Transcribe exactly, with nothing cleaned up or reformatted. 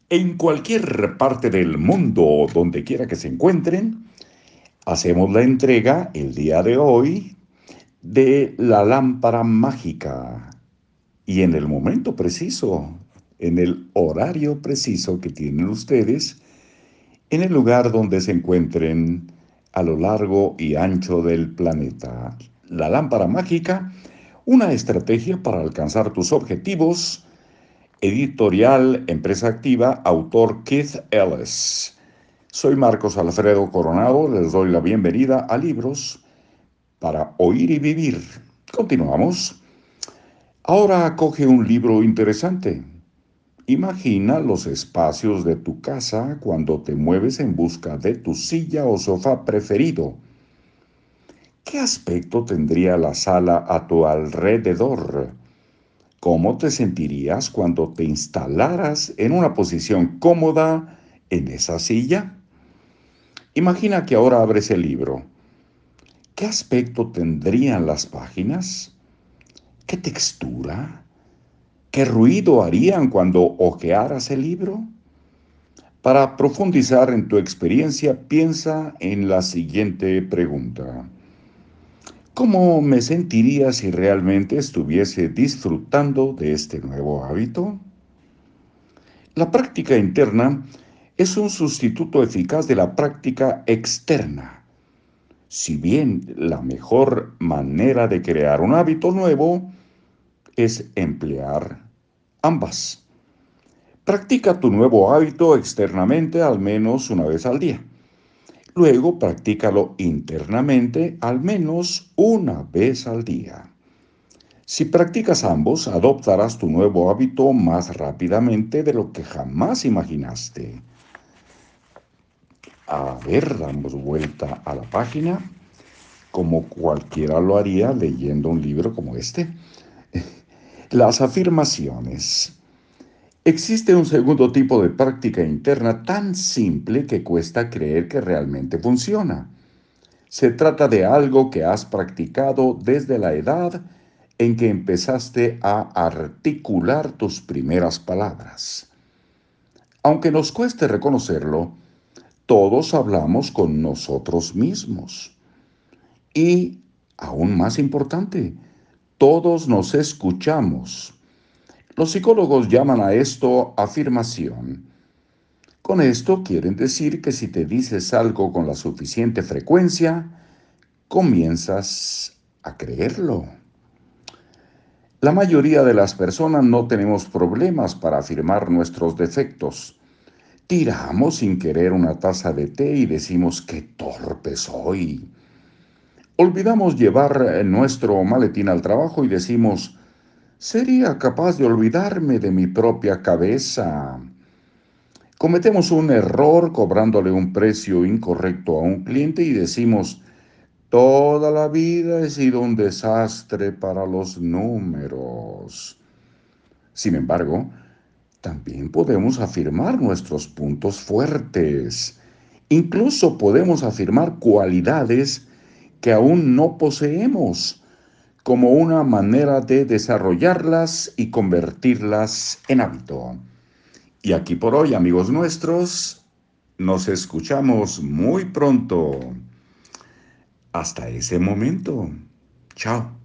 En cualquier parte del mundo, donde quiera que se encuentren, hacemos la entrega el día de hoy de la lámpara mágica y en el momento preciso, en el horario preciso que tienen ustedes, en el lugar donde se encuentren a lo largo y ancho del planeta. La lámpara mágica, una estrategia para alcanzar tus objetivos. Editorial Empresa Activa, autor Keith Ellis. Soy Marcos Alfredo Coronado, les doy la bienvenida a Libros para Oír y Vivir. Continuamos. Ahora coge un libro interesante. Imagina los espacios de tu casa cuando te mueves en busca de tu silla o sofá preferido. ¿Qué aspecto tendría la sala a tu alrededor? ¿Cómo te sentirías cuando te instalaras en una posición cómoda en esa silla? Imagina que ahora abres el libro. ¿Qué aspecto tendrían las páginas? ¿Qué textura? ¿Qué ruido harían cuando hojearas el libro? Para profundizar en tu experiencia, piensa en la siguiente pregunta. ¿Cómo me sentiría si realmente estuviese disfrutando de este nuevo hábito? La práctica interna es un sustituto eficaz de la práctica externa. Si bien la mejor manera de crear un hábito nuevo es emplear ambas. Practica tu nuevo hábito externamente al menos una vez al día. Luego practícalo internamente al menos una vez al día. Si practicas ambos, adoptarás tu nuevo hábito más rápidamente de lo que jamás imaginaste. A ver, damos vuelta a la página, como cualquiera lo haría leyendo un libro como este. Las afirmaciones. Existe un segundo tipo de práctica interna tan simple que cuesta creer que realmente funciona. Se trata de algo que has practicado desde la edad en que empezaste a articular tus primeras palabras. Aunque nos cueste reconocerlo, todos hablamos con nosotros mismos. Y, aún más importante, todos nos escuchamos. Los psicólogos llaman a esto afirmación. Con esto quieren decir que si te dices algo con la suficiente frecuencia, comienzas a creerlo. La mayoría de las personas no tenemos problemas para afirmar nuestros defectos. Tiramos sin querer una taza de té y decimos qué torpe soy. Olvidamos llevar nuestro maletín al trabajo y decimos, sería capaz de olvidarme de mi propia cabeza. Cometemos un error cobrándole un precio incorrecto a un cliente y decimos, toda la vida he sido un desastre para los números. Sin embargo, también podemos afirmar nuestros puntos fuertes. Incluso podemos afirmar cualidades que aún no poseemos, como una manera de desarrollarlas y convertirlas en hábito. Y aquí por hoy, amigos nuestros, nos escuchamos muy pronto. Hasta ese momento. Chao.